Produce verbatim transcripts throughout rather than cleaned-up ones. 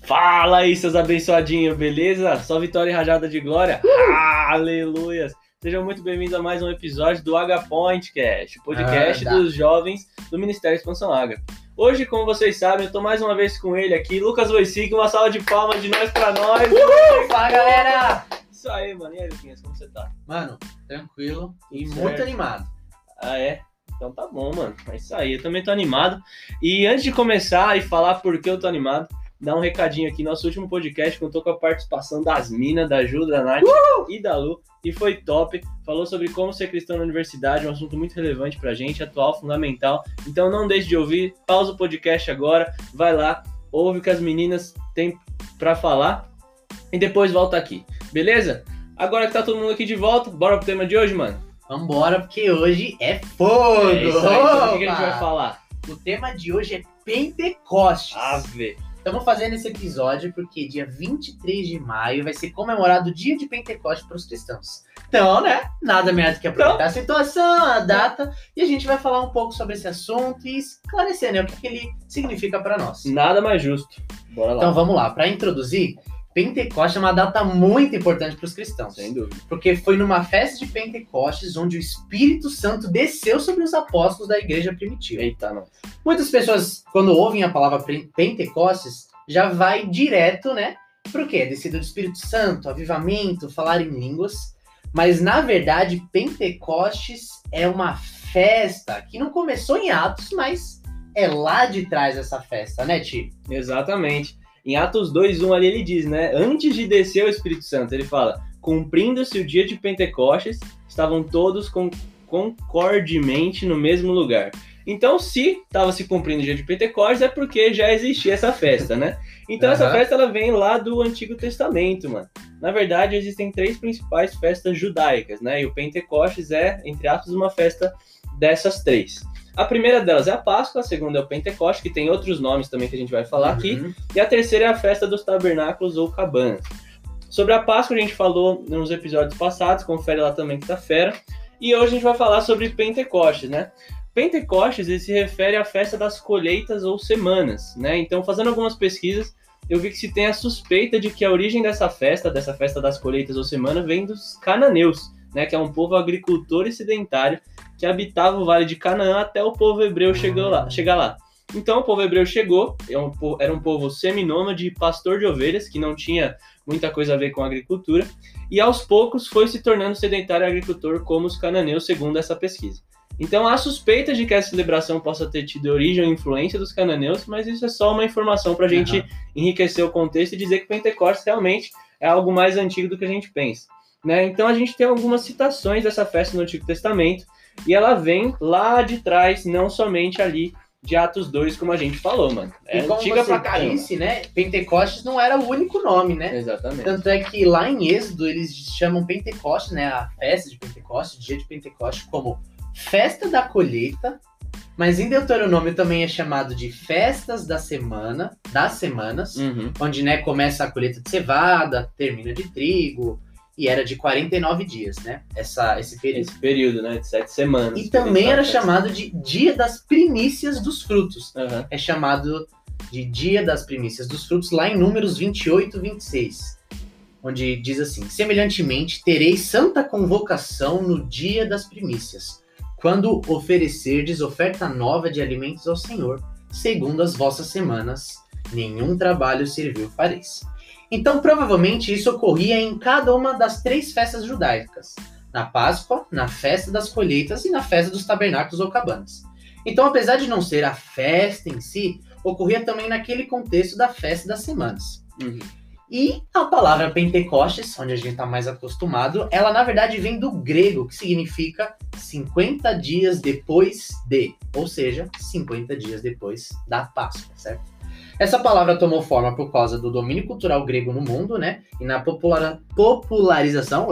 Fala aí, seus abençoadinhos, beleza? Só vitória e rajada de glória. Aleluias! Sejam muito bem-vindos a mais um episódio do H-Pointcast, o podcast ah, dos jovens do Ministério Expansão H. Hoje, como vocês sabem, eu tô mais uma vez com ele aqui, Lucas Wojcik, uma salva de palmas de nós pra nós. Uhul! Fala, galera! Isso aí, mano. E aí, Luquinhas, como você tá? Mano, tranquilo e certo. Muito animado. Ah, é? Então tá bom, mano. É isso aí, eu também tô animado. E antes de começar e falar por que eu tô animado, dar um recadinho aqui. Nosso último podcast contou com a participação das minas, da Ju, da Nath uh! e da Lu. E foi top. Falou sobre como ser cristão na universidade, um assunto muito relevante pra gente, atual, fundamental. Então não deixe de ouvir. Pausa o podcast agora. Vai lá, ouve o que as meninas têm pra falar. E depois volta aqui. Beleza? Agora que tá todo mundo aqui de volta, bora pro tema de hoje, mano? Vambora, porque hoje é fogo! É isso aí, então, o que a gente vai falar? O tema de hoje é Pentecostes. Ave. Estamos fazendo esse episódio porque dia vinte e três de maio vai ser comemorado o dia de Pentecostes para os cristãos. Então, né, nada melhor do que aproveitar então, a situação, a data, e a gente vai falar um pouco sobre esse assunto e esclarecer, né, o que, que ele significa para nós. Nada mais justo. Bora lá. Então vamos lá, para introduzir, Pentecostes é uma data muito importante para os cristãos. Sem dúvida. Porque foi numa festa de Pentecostes onde o Espírito Santo desceu sobre os apóstolos da igreja primitiva. Eita, não. Muitas pessoas, quando ouvem a palavra Pentecostes, já vai direto, né? Para o quê? Descida do Espírito Santo, avivamento, falar em línguas. Mas, na verdade, Pentecostes é uma festa que não começou em Atos, mas é lá de trás essa festa, né, Ti? Exatamente. Em Atos dois, um ali ele diz, né? Antes de descer o Espírito Santo, ele fala: cumprindo-se o dia de Pentecostes, estavam todos com, concordemente no mesmo lugar. Então, se estava se cumprindo o dia de Pentecostes, é porque já existia essa festa, né? Então, uhum. Essa festa ela vem lá do Antigo Testamento, mano. Na verdade, existem três principais festas judaicas, né? E o Pentecostes é, entre aspas, uma festa dessas três. A primeira delas é a Páscoa, a segunda é o Pentecostes, que tem outros nomes também que a gente vai falar uhum. aqui, e a terceira é a festa dos tabernáculos ou cabanas. Sobre a Páscoa a gente falou nos episódios passados, confere lá também que tá fera, e hoje a gente vai falar sobre Pentecostes, né? Pentecostes ele se refere à festa das colheitas ou semanas, né? Então, fazendo algumas pesquisas, eu vi que se tem a suspeita de que a origem dessa festa, dessa festa das colheitas ou semanas, vem dos cananeus, né? Que é um povo agricultor e sedentário, que habitava o Vale de Canaã até o povo hebreu chegou lá, chegar lá. Então o povo hebreu chegou, era um povo seminômade, pastor de ovelhas, que não tinha muita coisa a ver com a agricultura, e aos poucos foi se tornando sedentário e agricultor como os cananeus, segundo essa pesquisa. Então há suspeita de que essa celebração possa ter tido origem ou influência dos cananeus, mas isso é só uma informação para a gente uhum. enriquecer o contexto e dizer que Pentecostes realmente é algo mais antigo do que a gente pensa. Né? Então a gente tem algumas citações dessa festa no Antigo Testamento, e ela vem lá de trás, não somente ali de Atos dois, como a gente falou, mano. É e como antiga você pra caramba. Disse, né? Pentecostes não era o único nome, né? Exatamente. Tanto é que lá em Êxodo eles chamam Pentecostes, né? A festa de Pentecostes, dia de Pentecostes, como festa da colheita, mas em Deuteronômio também é chamado de festas da semana, das semanas, uhum. onde, né, começa a colheita de cevada, termina de trigo. E era de quarenta e nove dias, né? Essa, esse período. Esse período, né? De sete semanas. E também era chamado de Dia das Primícias dos Frutos. Uhum. É chamado de Dia das Primícias dos Frutos lá em Números vinte e oito, vinte e seis. Onde diz assim: semelhantemente, tereis santa convocação no Dia das Primícias, quando oferecerdes oferta nova de alimentos ao Senhor, segundo as vossas semanas, nenhum trabalho servil fareis. Então, provavelmente, isso ocorria em cada uma das três festas judaicas. Na Páscoa, na festa das colheitas e na festa dos tabernáculos ou cabanas. Então, apesar de não ser a festa em si, ocorria também naquele contexto da festa das semanas. Uhum. E a palavra Pentecostes, onde a gente está mais acostumado, ela na verdade vem do grego, que significa cinquenta dias depois de, ou seja, cinquenta dias depois da Páscoa, certo? Essa palavra tomou forma por causa do domínio cultural grego no mundo, né? E na popular... popularização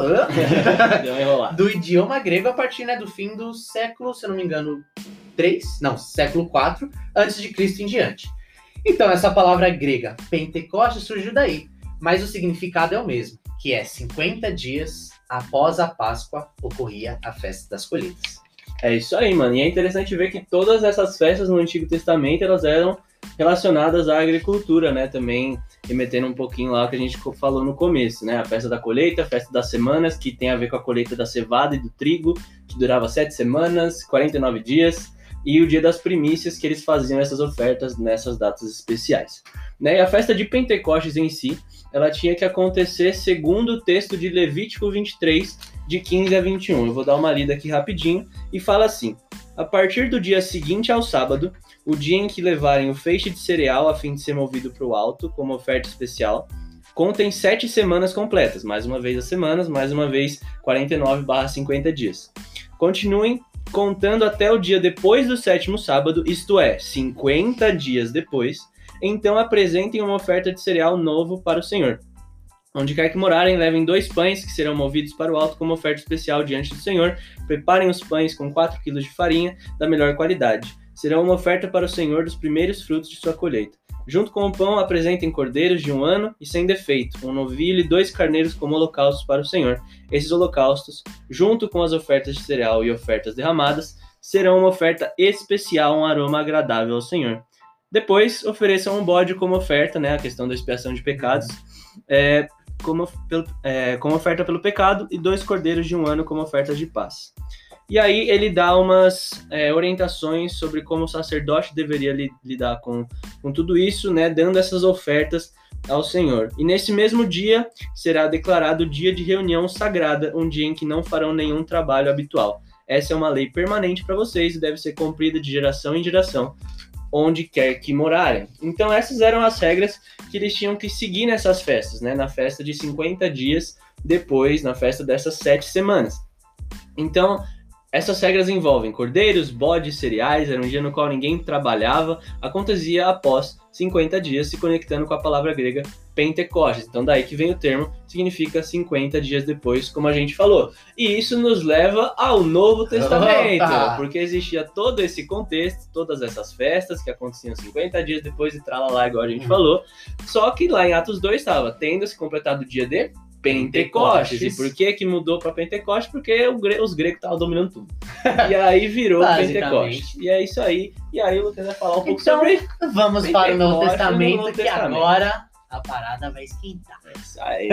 uh, do idioma grego a partir, né, do fim do século, se eu não me engano, três, não, século quatro, antes de Cristo em diante. Então, essa palavra grega, Pentecostes, surgiu daí, mas o significado é o mesmo, que é cinquenta dias após a Páscoa ocorria a festa das colheitas. É isso aí, mano. E é interessante ver que todas essas festas no Antigo Testamento, elas eram relacionadas à agricultura, né? Também remetendo um pouquinho lá ao que a gente falou no começo, né? A festa da colheita, a festa das semanas, que tem a ver com a colheita da cevada e do trigo, que durava sete semanas, quarenta e nove dias, e o dia das primícias, que eles faziam essas ofertas nessas datas especiais. Né? E a festa de Pentecostes em si, ela tinha que acontecer segundo o texto de Levítico vinte e três, de quinze a vinte e um. Eu vou dar uma lida aqui rapidinho, e fala assim: a partir do dia seguinte ao sábado, o dia em que levarem o feixe de cereal a fim de ser movido para o alto, como oferta especial, contem sete semanas completas, mais uma vez as semanas, mais uma vez quarenta e nove barra cinquenta dias. Continuem contando até o dia depois do sétimo sábado, isto é, cinquenta dias depois, então apresentem uma oferta de cereal novo para o Senhor. Onde quer que morarem, levem dois pães que serão movidos para o alto como oferta especial diante do Senhor. Preparem os pães com quatro quilos de farinha da melhor qualidade. Serão uma oferta para o Senhor dos primeiros frutos de sua colheita. Junto com o pão, apresentem cordeiros de um ano e sem defeito, um novilho e dois carneiros como holocaustos para o Senhor. Esses holocaustos, junto com as ofertas de cereal e ofertas derramadas, serão uma oferta especial, um aroma agradável ao Senhor. Depois, ofereçam um bode como oferta, né, a questão da expiação de pecados, é, como, é, como oferta pelo pecado, e dois cordeiros de um ano como oferta de paz. E aí ele dá umas é, orientações sobre como o sacerdote deveria li, lidar com, com tudo isso, né, dando essas ofertas ao Senhor. E nesse mesmo dia será declarado o dia de reunião sagrada, um dia em que não farão nenhum trabalho habitual. Essa é uma lei permanente para vocês e deve ser cumprida de geração em geração, onde quer que morarem. Então essas eram as regras que eles tinham que seguir nessas festas, né, na festa de cinquenta dias depois, na festa dessas sete semanas. Então, essas regras envolvem cordeiros, bodes, cereais, era um dia no qual ninguém trabalhava, acontecia após cinquenta dias, se conectando com a palavra grega Pentecostes. Então daí que vem o termo, significa cinquenta dias depois, como a gente falou. E isso nos leva ao Novo Testamento, Opa! Porque existia todo esse contexto, todas essas festas que aconteciam cinquenta dias depois e tralalá, igual a gente hum. falou, só que lá em Atos dois estava tendo-se completado o dia de Pentecostes. E por que que mudou para Pentecostes? Porque o gre- os gregos estavam dominando tudo. E aí virou Pentecostes. E é isso aí. E aí o Lucas vai falar um pouco então, sobre vamos para o Novo Testamento, Novo que Testamento. Agora a parada vai esquentar. É isso aí.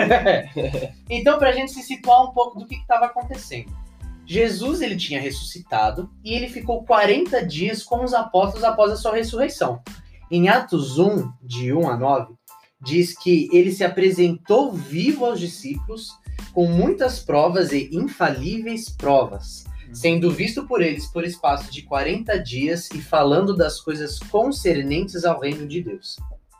Então, para a gente se situar um pouco do que estava acontecendo. Jesus, ele tinha ressuscitado e ele ficou quarenta dias com os apóstolos após a sua ressurreição. Em Atos um, de um a nove, diz que ele se apresentou vivo aos discípulos com muitas provas e infalíveis provas, sendo visto por eles por espaço de quarenta dias e falando das coisas concernentes ao reino de Deus.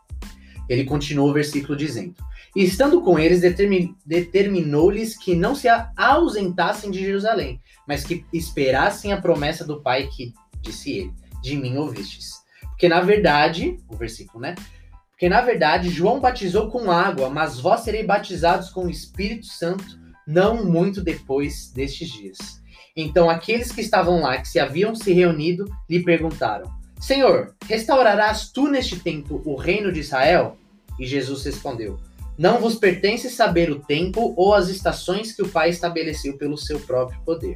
Ele continuou o versículo dizendo: e estando com eles, determin, determinou-lhes que não se ausentassem de Jerusalém, mas que esperassem a promessa do Pai que, disse ele, de mim ouvistes. Porque na verdade, o versículo, né? Porque, na verdade, João batizou com água, mas vós sereis batizados com o Espírito Santo não muito depois destes dias. Então, aqueles que estavam lá, que se haviam se reunido, lhe perguntaram: Senhor, restaurarás tu neste tempo o reino de Israel? E Jesus respondeu: não vos pertence saber o tempo ou as estações que o Pai estabeleceu pelo seu próprio poder.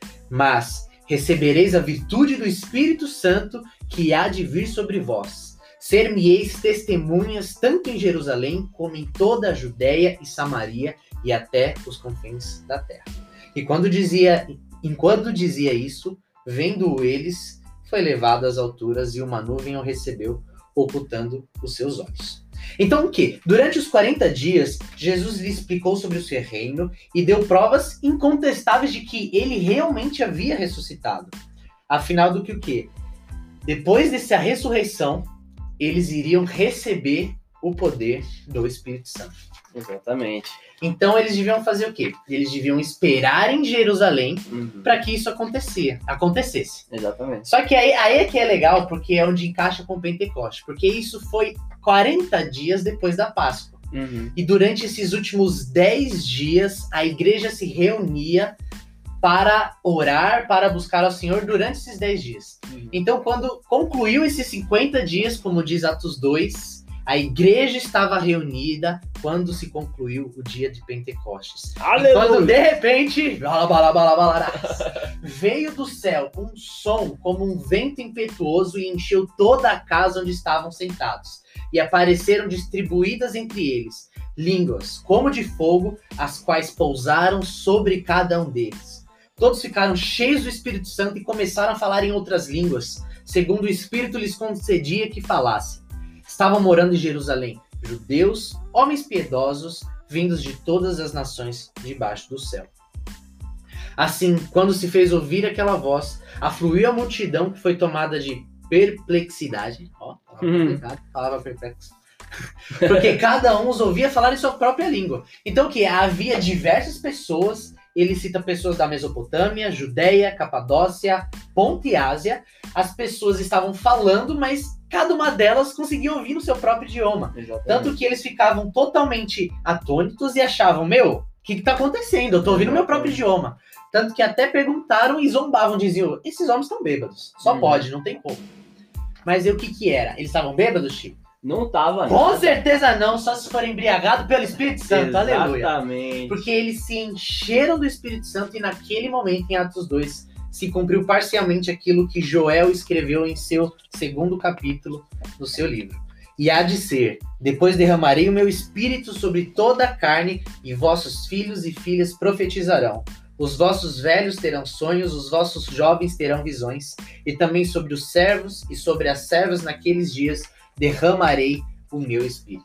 Mas recebereis a virtude do Espírito Santo que há de vir sobre vós. Ser-me-eis testemunhas tanto em Jerusalém como em toda a Judéia e Samaria e até os confins da terra. E quando dizia, enquanto dizia isso, vendo-o eles, foi levado às alturas e uma nuvem o recebeu, ocultando os seus olhos. Então o que? Durante os quarenta dias, Jesus lhe explicou sobre o seu reino e deu provas incontestáveis de que ele realmente havia ressuscitado. Afinal do que o quê? Depois dessa ressurreição, eles iriam receber o poder do Espírito Santo. Exatamente. Então eles deviam fazer o quê? Eles deviam esperar em Jerusalém Uhum. para que isso acontecia, acontecesse. Exatamente. Só que aí, aí é que é legal, porque é onde encaixa com o Pentecoste. Porque isso foi quarenta dias depois da Páscoa. Uhum. E durante esses últimos dez dias, a igreja se reunia para orar, para buscar ao Senhor durante esses dez dias. Uhum. Então, quando concluiu esses cinquenta dias, como diz Atos dois, a igreja estava reunida quando se concluiu o dia de Pentecostes. Aleluia! E quando, de repente, veio do céu um som como um vento impetuoso e encheu toda a casa onde estavam sentados. e apareceram distribuídas entre eles línguas, como de fogo, as quais pousaram sobre cada um deles. Todos ficaram cheios do Espírito Santo e começaram a falar em outras línguas, segundo o Espírito lhes concedia que falassem. Estavam morando em Jerusalém judeus, homens piedosos, vindos de todas as nações debaixo do céu. Assim, quando se fez ouvir aquela voz, afluiu a multidão que foi tomada de perplexidade. Ó, Uhum. palavra perplexa. Porque cada um os ouvia falar em sua própria língua. Então que havia diversas pessoas, ele cita pessoas da Mesopotâmia, Judéia, Capadócia, Ponto e Ásia. As pessoas estavam falando, mas cada uma delas conseguia ouvir no seu próprio idioma. Exatamente. Tanto que eles ficavam totalmente atônitos e achavam, meu, o que que tá acontecendo? Eu tô ouvindo meu próprio idioma. Tanto que até perguntaram e zombavam, diziam, esses homens estão bêbados. Só Uhum. pode, não tem como. Mas e o que que era? Eles estavam bêbados, Chico? Não tava, Com nada. certeza não, só se forem embriagados pelo Espírito Santo, aleluia. Exatamente. Porque eles se encheram do Espírito Santo e naquele momento, em Atos dois, se cumpriu parcialmente aquilo que Joel escreveu em seu segundo capítulo do seu livro. E há de ser, depois derramarei o meu Espírito sobre toda a carne, e vossos filhos e filhas profetizarão. Os vossos velhos terão sonhos, os vossos jovens terão visões, e também sobre os servos e sobre as servas naqueles dias derramarei o meu Espírito.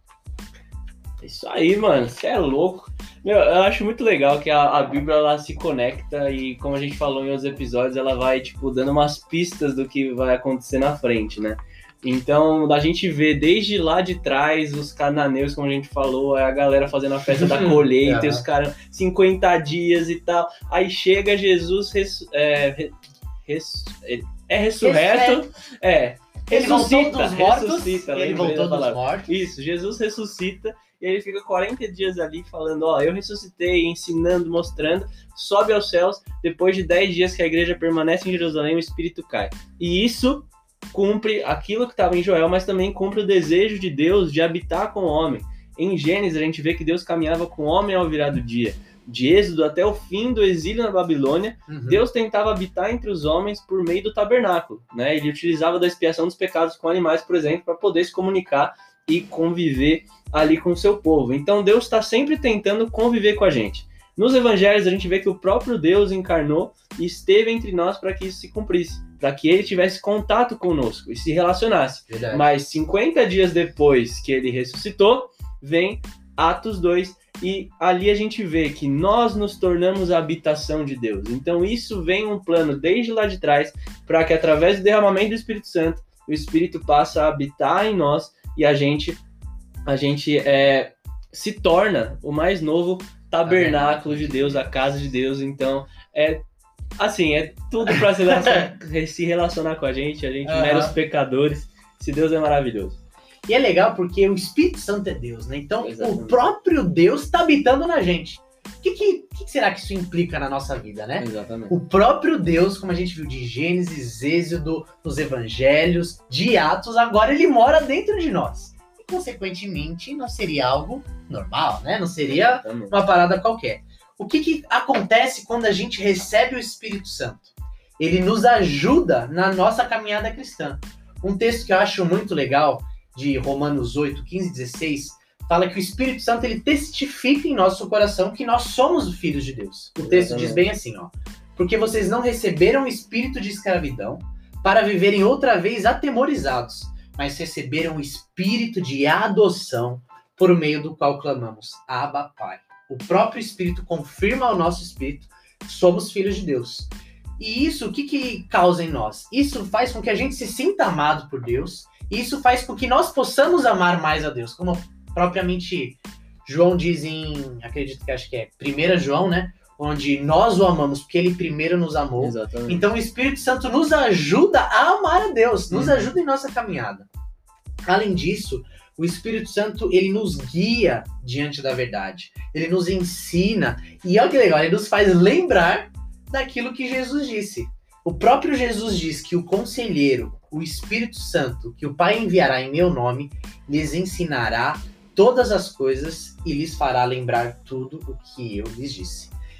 Isso aí, mano, você é louco. Meu, eu acho muito legal que a, a Bíblia, ela se conecta e, como a gente falou em outros episódios, ela vai, tipo, dando umas pistas do que vai acontecer na frente, né? Então, a gente vê desde lá de trás os cananeus, como a gente falou, a galera fazendo a festa da colheita, e os caras cinquenta dias e tal. Aí chega Jesus, res, é, res, é ressurreto, é, Ele voltou ressuscita, dos mortos, ressuscita, ele lembrei voltou da dos palavra. mortos. Isso, Jesus ressuscita e ele fica quarenta dias ali falando, ó, eu ressuscitei, ensinando, mostrando, sobe aos céus, depois de dez dias que a igreja permanece em Jerusalém, o Espírito cai. E isso cumpre aquilo que estava em Joel, mas também cumpre o desejo de Deus de habitar com o homem. Em Gênesis, a gente vê que Deus caminhava com o homem ao virar do dia. De Êxodo até o fim do exílio na Babilônia, Uhum. Deus tentava habitar entre os homens por meio do tabernáculo, né? Ele utilizava da expiação dos pecados com animais, por exemplo, para poder se comunicar e conviver ali com o seu povo. Então Deus está sempre tentando conviver com a gente. Nos evangelhos a gente vê que o próprio Deus encarnou e esteve entre nós para que isso se cumprisse, para que ele tivesse contato conosco e se relacionasse. Verdade. Mas cinquenta dias depois que ele ressuscitou, vem Atos dois, e ali a gente vê que nós nos tornamos a habitação de Deus. Então isso vem um plano desde lá de trás, para que através do derramamento do Espírito Santo, o Espírito passe a habitar em nós e a gente, a gente é, se torna o mais novo tabernáculo de Deus, a casa de Deus. Então é assim, é tudo para se relacionar, se relacionar com a gente, a gente Uhum. meros pecadores. Esse Deus é maravilhoso. E é legal porque o Espírito Santo é Deus, né? Então Exatamente. o próprio Deus está habitando na gente. O que, que, que será que isso implica na nossa vida, né? Exatamente. O próprio Deus, como a gente viu de Gênesis, Êxodo, nos Evangelhos, de Atos, agora ele mora dentro de nós. E, consequentemente, não seria algo normal, né? Não seria Exatamente. uma parada qualquer. O que, que acontece quando a gente recebe o Espírito Santo? Ele nos ajuda na nossa caminhada cristã. Um texto que eu acho muito legal, de Romanos oito, quinze e dezesseis, fala que o Espírito Santo ele testifica em nosso coração que nós somos filhos de Deus. O texto Exatamente. diz bem assim, ó. Porque vocês não receberam o espírito de escravidão para viverem outra vez atemorizados, mas receberam o espírito de adoção por meio do qual clamamos, Abba, Pai. O próprio Espírito confirma ao nosso espírito que somos filhos de Deus. E isso, o que, que causa em nós? Isso faz com que a gente se sinta amado por Deus, e isso faz com que nós possamos amar mais a Deus, como propriamente João diz em, acredito que acho que é primeiro João, né? Onde nós o amamos porque ele primeiro nos amou. Exatamente. Então o Espírito Santo nos ajuda a amar a Deus, nos Uhum. ajuda em nossa caminhada. Além disso, o Espírito Santo, ele nos guia diante da verdade. Ele nos ensina. E olha que legal, ele nos faz lembrar daquilo que Jesus disse. O próprio Jesus diz que o Conselheiro, o Espírito Santo, que o Pai enviará em meu nome, lhes ensinará todas as coisas e lhes fará lembrar tudo o que eu lhes disse.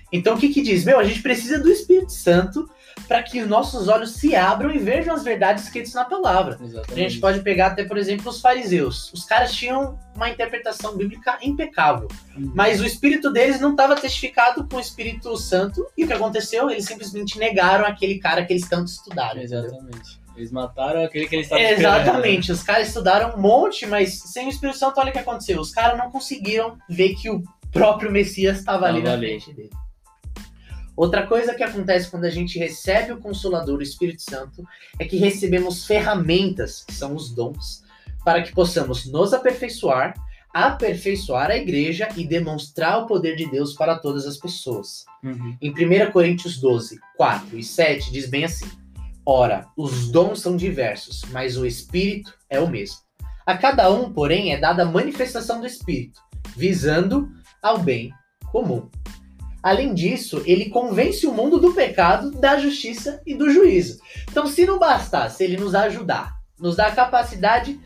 Então o que que diz? Meu, a gente precisa do Espírito Santo para que os nossos olhos se abram e vejam as verdades escritas na palavra. Exatamente. A gente pode pegar até, por exemplo, os fariseus. Os caras tinham uma interpretação bíblica impecável, Uhum. mas o espírito deles não estava testificado com o Espírito Santo, e o que aconteceu? Eles simplesmente negaram aquele cara que eles tanto estudaram. entendeu? Exatamente. Eles mataram aquele que eles estavam esperando. Exatamente, os caras estudaram um monte, mas sem o Espírito Santo, olha o que aconteceu. Os caras não conseguiram ver que o próprio Messias estava ali Tava na ali. frente dele. Outra coisa que acontece quando a gente recebe o Consolador, o Espírito Santo, é que recebemos ferramentas, que são os dons, para que possamos nos aperfeiçoar, aperfeiçoar a igreja e demonstrar o poder de Deus para todas as pessoas. Uhum. Em primeira Coríntios doze, quatro e sete, diz bem assim: ora, os dons são diversos, mas o Espírito é o mesmo. A cada um, porém, é dada a manifestação do Espírito, visando ao bem comum. Além disso, ele convence o mundo do pecado, da justiça e do juízo. Então, se não bastasse ele nos ajudar, nos dar a capacidade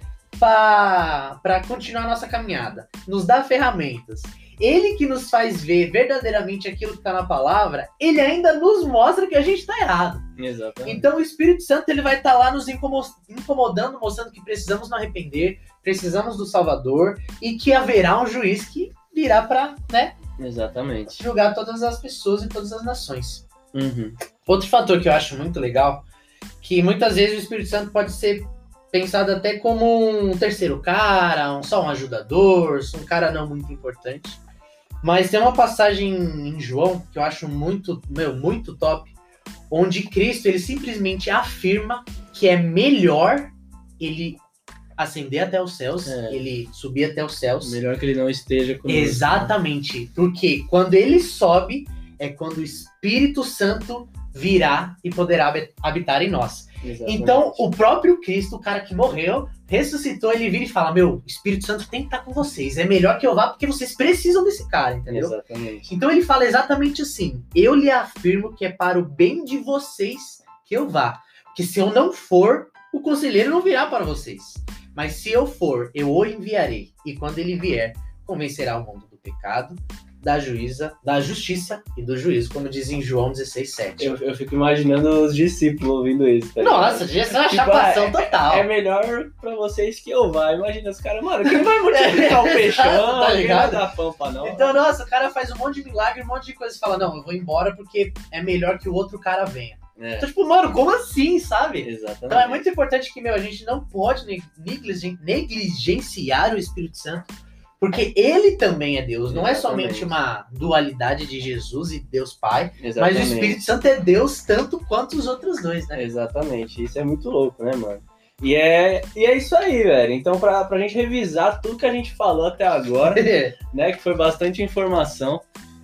para continuar a nossa caminhada, nos dá ferramentas, ele que nos faz ver verdadeiramente aquilo que está na palavra, ele ainda nos mostra que a gente está errado. Exatamente. Então o Espírito Santo ele vai estar tá lá nos incomodando, mostrando que precisamos nos arrepender, precisamos do Salvador e que haverá um juiz que virá para, né, Exatamente. julgar todas as pessoas e todas as nações. Uhum. Outro fator que eu acho muito legal, que muitas vezes o Espírito Santo pode ser pensado até como um terceiro cara, um, só um ajudador, um cara não muito importante. Mas tem uma passagem em João que eu acho muito, meu, muito top, onde Cristo ele simplesmente afirma que é melhor ele ascender até os céus, É. ele subir até os céus. Melhor que ele não esteja conosco. Exatamente, porque quando ele sobe, é quando o Espírito Santo virá e poderá habitar em nós. Exatamente. Então, o próprio Cristo, o cara que morreu, ressuscitou, ele vira e fala, meu, o Espírito Santo tem que estar com vocês, é melhor que eu vá porque vocês precisam desse cara, entendeu? Exatamente. Então ele fala exatamente assim, eu lhe afirmo que é para o bem de vocês que eu vá, porque se eu não for, o conselheiro não virá para vocês, mas se eu for, eu o enviarei, e quando ele vier, convencerá o mundo do pecado, da juíza, da justiça e do juízo, como diz em João dezesseis, sete. Eu, eu fico imaginando os discípulos ouvindo isso. Tá Nossa, devia ser uma Tipo, chapação é- total. É melhor pra vocês que eu vá. Imagina os caras, mano, quem vai multiplicar o peixão? Tá Quem vai ligado? dar pão pra nós? Então, nossa, o cara faz um monte de milagre, um monte de coisa e fala, não, eu vou embora porque é melhor que o outro cara venha. É, Então, tipo, mano, como assim, sabe? exatamente. Então é muito importante que, meu, a gente não pode neg- negligen- negligenciar o Espírito Santo, porque ele também é Deus. Não é Exatamente. somente uma dualidade de Jesus e Deus Pai, Exatamente. mas o Espírito Santo é Deus tanto quanto os outros dois, né? Exatamente, isso é muito louco, né, mano? E é, e é isso aí, velho. Então, pra, pra gente revisar tudo que a gente falou até agora, né, que foi bastante informação,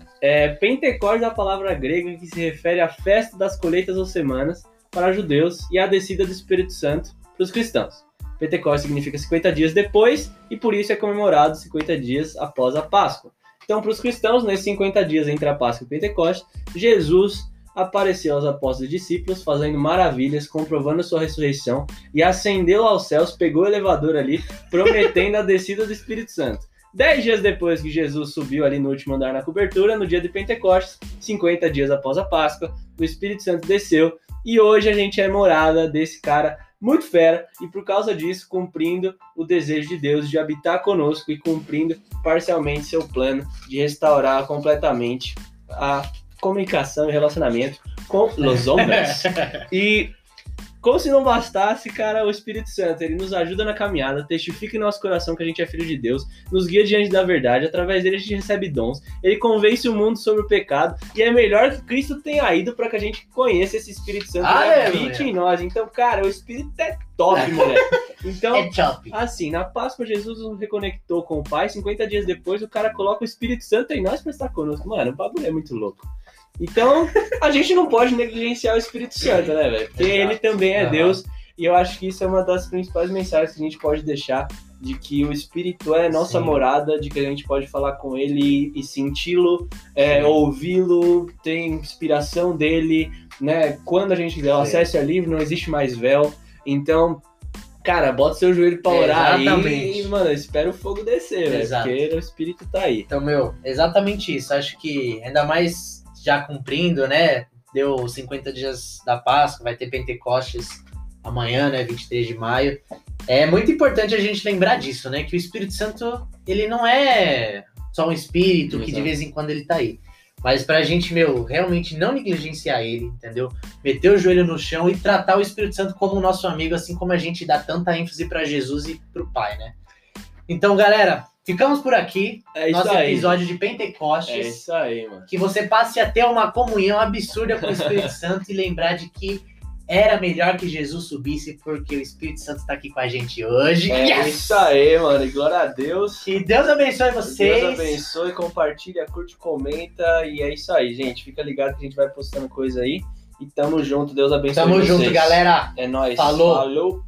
é, Pentecostes é a palavra grega que se refere à festa das colheitas ou semanas para judeus e à descida do Espírito Santo para os cristãos. Pentecostes significa cinquenta dias depois e por isso é comemorado cinquenta dias após a Páscoa. Então, para os cristãos, nesses cinquenta dias entre a Páscoa e Pentecostes, Jesus apareceu aos apóstolos e discípulos, fazendo maravilhas, comprovando sua ressurreição e ascendeu aos céus, pegou o elevador ali, prometendo a descida do Espírito Santo. Dez dias depois que Jesus subiu ali no último andar na cobertura, no dia de Pentecostes, cinquenta dias após a Páscoa, o Espírito Santo desceu e hoje a gente é morada desse cara muito fera e por causa disso cumprindo o desejo de Deus de habitar conosco e cumprindo parcialmente seu plano de restaurar completamente a comunicação e relacionamento com os homens. E como se não bastasse, cara, o Espírito Santo, ele nos ajuda na caminhada, testifica em nosso coração que a gente é filho de Deus, nos guia diante da verdade, através dele a gente recebe dons, ele convence o mundo sobre o pecado, e é melhor que Cristo tenha ido para que a gente conheça esse Espírito Santo e habite em nós. Então, cara, o Espírito é top, moleque. Então, É top. assim, na Páscoa, Jesus nos reconectou com o Pai, cinquenta dias depois o cara coloca o Espírito Santo em nós para estar conosco. Mano, o bagulho é muito louco. Então, a gente não pode negligenciar o Espírito Santo, né, velho? Porque Exato. ele também é Uhum. Deus, e eu acho que isso é uma das principais mensagens que a gente pode deixar, de que o Espírito é nossa Sim. morada, de que a gente pode falar com ele e senti-lo, é, Sim. ouvi-lo, ter inspiração dele, né? Quando a gente der o Sim. acesso é livre, não existe mais véu. Então, cara, bota seu joelho pra orar aí Exatamente. e, mano, espera o fogo descer, velho, Exato. porque o Espírito tá aí. Então, meu, exatamente isso. Acho que ainda mais já cumprindo, né? Deu cinquenta dias da Páscoa, vai ter Pentecostes amanhã, né? vinte e três de maio. É muito importante a gente lembrar disso, né? Que o Espírito Santo, ele não é só um espírito Exato. Que de vez em quando ele tá aí. Mas pra gente, meu, realmente não negligenciar ele, entendeu? Meter o joelho no chão e tratar o Espírito Santo como o nosso amigo, assim como a gente dá tanta ênfase pra Jesus e pro Pai, né? Então, galera, ficamos por aqui. É isso nosso aí, episódio de Pentecostes. É isso aí, mano. Que você passe a ter uma comunhão absurda com o Espírito Santo e lembrar de que era melhor que Jesus subisse, porque o Espírito Santo está aqui com a gente hoje. É yes! Isso aí, mano. E glória a Deus. Que Deus abençoe vocês. Deus abençoe, compartilha, curte, comenta. E é isso aí, gente. Fica ligado que a gente vai postando coisa aí. E tamo junto. Deus abençoe tamo vocês. Tamo junto, galera. É nóis. Falou. Falou.